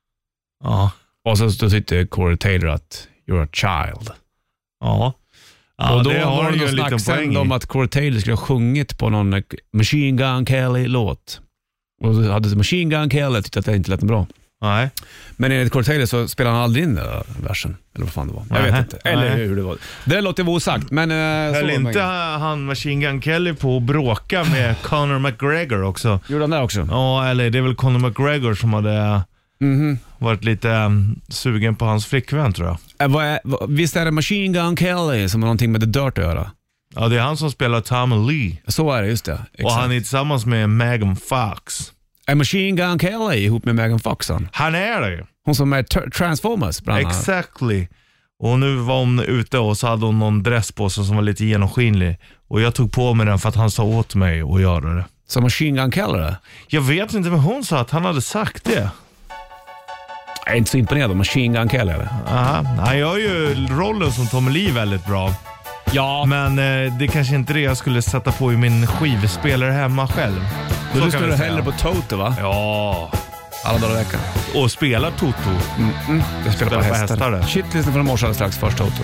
Ja. Och så då tyckte Corey Taylor att you're a child. Ja. Ja, och då det har var det ju någon en liten snack poäng sen om i. att Corey Taylor skulle ha sjungit på någon eh, Machine Gun Kelly-låt. Och så hade Machine Gun Kelly tyckt att det inte lät bra. Nej. Men enligt Corey Taylor så spelade han aldrig in den där versen. Eller vad fan det var. Jag Nej. vet inte. Eller Nej. hur det var. Det låter vara osagt. Men, eh, Höll så inte han Machine Gun Kelly på att bråka med Conor McGregor också? gjorde han det också? Ja, eller det är väl Conor McGregor som hade Mhm. varit lite um, sugen på hans flickvän, tror jag. Äh, vad är, vad, visst är det Machine Gun Kelly som har någonting med The Dirt att göra? Ja, det är han som spelar Tom Lee. Så är det, just det. Exakt. Och han är tillsammans med Megan Fox. Är Machine Gun Kelly ihop med Megan Fox? Han, Han är det. hon som är t- Transformers bland annat. Exactly. Och nu var hon ute och så hade hon någon dress på sig som var lite genomskinlig. Och jag tog på mig den för att han sa åt mig att göra det. Så Machine Gun Kelly är? Jag vet inte, men hon sa att han hade sagt det. Jag är inte så imponerad av Machine Gun Kelly. Eller? Aha. Han gör ju rollen som Tommy Lee väldigt bra. Ja. Men eh, det kanske inte det jag skulle sätta på i min skivspelare hemma själv. Så Så du kan skulle vi säga. hellre på Toto, va? Ja. Alla dagar i veckan. Och spelar Toto. Mm, mm. Jag spelar på på hästar. hästar, det. Shitlisten från morse alldeles strax. Först Toto.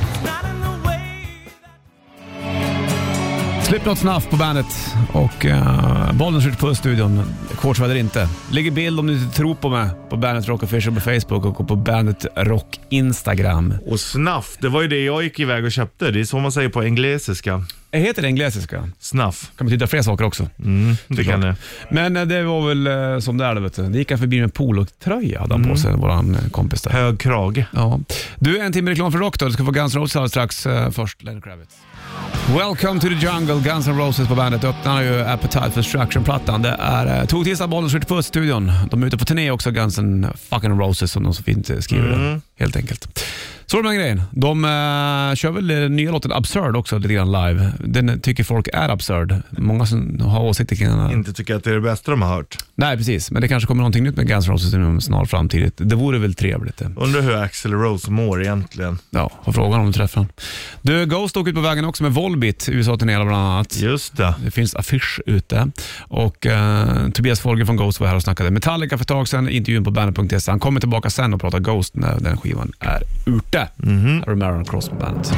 Slipknot Snuff på bandet och uh, bollen skjuter på studion. Kvartsväder inte. Ligger bild om du inte tror på mig på Bandet Rock Official på Facebook och på Bandet Rock Instagram. Och snuff, det var ju det jag gick iväg och köpte. Det är så man säger på engelska. Det heter det engelska. Snuff. Kan betyda fler saker också. Mm, det kan det. Men uh, det var väl uh, som det är, vet du. Det gick han förbi med polotröja hade han på sig, våran uh, kompis där. Hög krage. Ja. Du, en timme reklam för rock då. Du ska få Guns N' Roses alldeles strax. Uh, först Lenny Kravitz. Welcome to the jungle, Guns N' Roses på bandet. Öppnar ju Appetite for Destruction-plattan. Det är uh, tog tisdag, bollen skjuter på studion. De är ute på turné också, Guns N' fucking Roses, som de så fint skriver Mm. det, helt enkelt. Så är det med grejen. De uh, kör väl den nya låten Absurd också lite grann live. Den tycker folk är absurd. Många som har åsikter kring den. Inte tycker att det är det bästa de har hört. Nej, precis. Men det kanske kommer någonting nytt med Guns N' Roses i en snar framtid. Det vore väl trevligt. Det. Undrar hur Axl Rose mår egentligen. Ja, får frågan om du träffar honom. Du, Ghost åker ut på vägen också med Volbeat, U S A-turnéer bland annat. Just det. Det finns affisch ute. Och uh, Tobias Folger från Ghost var här och snackade Metallica för ett tag sedan, intervjun på bandet punkt se. Han kommer tillbaka sen och pratar Ghost när den skivan är ute. Mhm. Här är Maron Cross på bandet.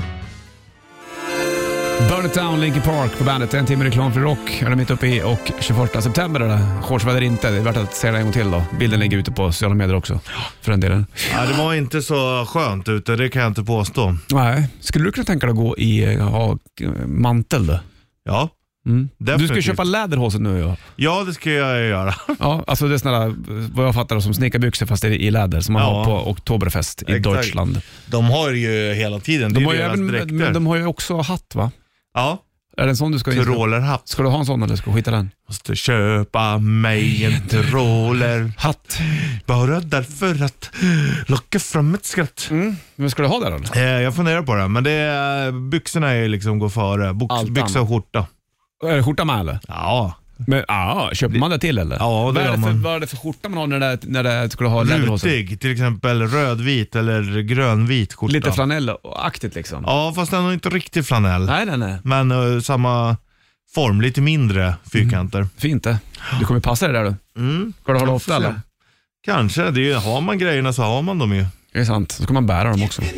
Burn It Down, Linkin Park på bandet. En timme reklam för rock är de mitt uppe i, och tjugoförsta september är det. Shortsväder inte, det är värt att se det en gång till då. Bilden ligger ute på sociala medier också, för den delen. Ja, det var inte så skönt ute, det kan jag inte påstå. Nej, skulle du kunna tänka dig att gå i ja, mantel då? Ja, Mm. Du definitivt. ska köpa läderhosen nu, ja. Ja, det ska jag göra. Ja, alltså det är såna där, vad jag fattar, som snickarbyxor fast det är i läder som man Ja. har på Oktoberfest i Exakt. Deutschland. De har ju hela tiden, det De är har, ju deras även, dräkter. men de har ju också hatt, va? Ja, Är det en sån du ska in? trålerhatt. Ska du ha en sån eller ska du skita den? Måste köpa mig en tråler. Hatt. Bara därför att locka fram ett skratt. Mm. Men ska du ha det då? Eh, jag funderar på det, men det är, byxorna är liksom går före. Box, Allt byxa och skjorta. Är det skjorta med eller? Ja, Men, ja, köper man det till eller? Ja, det vad, är gör det för, man. vad är det för skjorta man har när det, när det skulle ha läderhosen? rutig. Till exempel rödvit eller grönvit skjorta. Lite flanellaktigt liksom. Ja, fast den är inte riktigt flanell. Nej, nej, nej. Men uh, samma form, lite mindre fyrkanter. Fint det. Du kommer passa det där då. Mm. Ska du ha det ofta eller? Kanske, det är, har man grejerna så har man dem ju. Det är sant, så ska man bära dem också.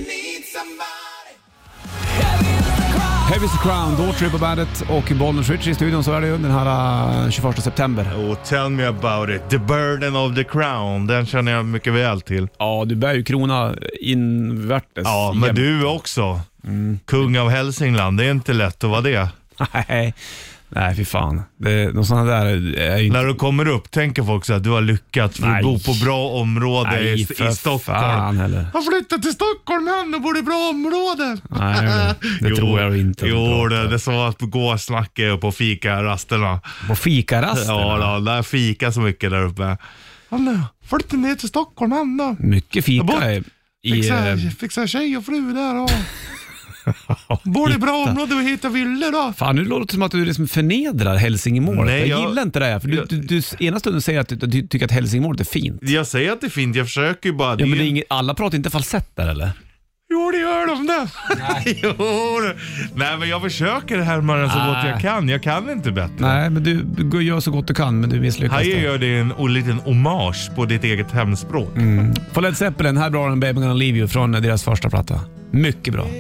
Heavy's the Crown, då Trip på bandet och Bollnäs Ritchie i studion, så är det ju den här uh, tjugoförsta september. Oh, tell me about it. The burden of the crown, den känner jag mycket väl till. Ja, du bär ju krona invärtes. Ja, men jämt. Du också. Mm. Kung av Hälsingland, det är inte lätt att vara det. Nej, nej fy fan. Det, de såna där är ju När du kommer upp tänker folk så att du har lyckats för att bo på bra område nej, i, i Stockholm. Fan heller. Han flyttat till Stockholm, han och bor i bra områden. Nej, det, det tror jag inte. Jo, det, det är så att gå och snacka på fika-rasterna. På fika-rasterna? Ja, då, där fika så mycket där uppe. Han flyttat ner till Stockholm, han då. Mycket fika bort, är i... Fixa, fixa tjej och fru där och... Bor i bra område och hitta villor då. Fan, nu låter det som att du liksom förnedrar Hälsingemålet. Nej, jag, jag gillar inte det. För du, jag, du, du, ena stunden säger att du, du tycker att Hälsingemålet är fint. Jag säger att det är fint, jag försöker ju bara. Ja, men det är inget, alla pratar inte falsett där, eller? Jo, det gör de det. Nej. Jo, nej, men jag försöker härma den så gott jag kan. Jag kan inte bättre. Nej, men du, du gör så gott du kan, men du misslyckas. Här gör det en, en liten hommage på ditt eget hemspråk. Mm. På Led Zeppelin, här bra den Baby Gonna Leave You från deras första platta. Mycket bra.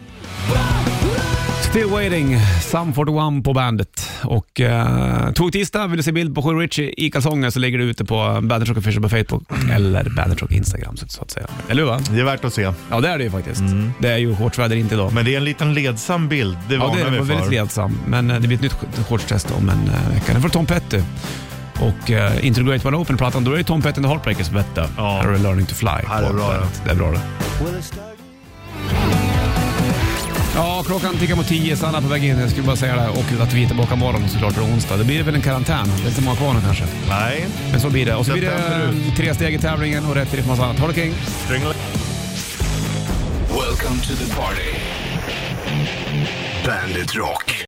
Still Waiting, Sum fyrtioett på bandet. Och uh, tog tisdag, vill du se bild på Sju Ritchie i kalsonger så lägger du ute på Bandit Rock Official på Facebook eller Bandit Rock Instagram så att säga. Eller va? Det är värt att se. Ja, det är det ju faktiskt. Mm. Det är ju shortsväder inte idag. Men det är en liten ledsam bild. Det var ja, det var väldigt ledsam. Men det blir ett nytt shortstest om en uh, vecka. Det får Tom Petty. Och uh, Into the Great Wide Open-plattan, då är det Tom Petty and the Heartbreakers som vet det. Ja. Här är Learning to Fly. Här är bra, det är bra det. Ja, klockan tickar mot tio, Sanna på väg in. Jag skulle bara säga det. Och att vi är tillbaka imorgon såklart på onsdag. Det blir väl en karantän. Det är inte många kvar nu kanske. Nej. Men så blir det. Och så blir det tre steg i tävlingen och rätt till massa annat. Ha det king. Welcome to the party. Bandit Rock.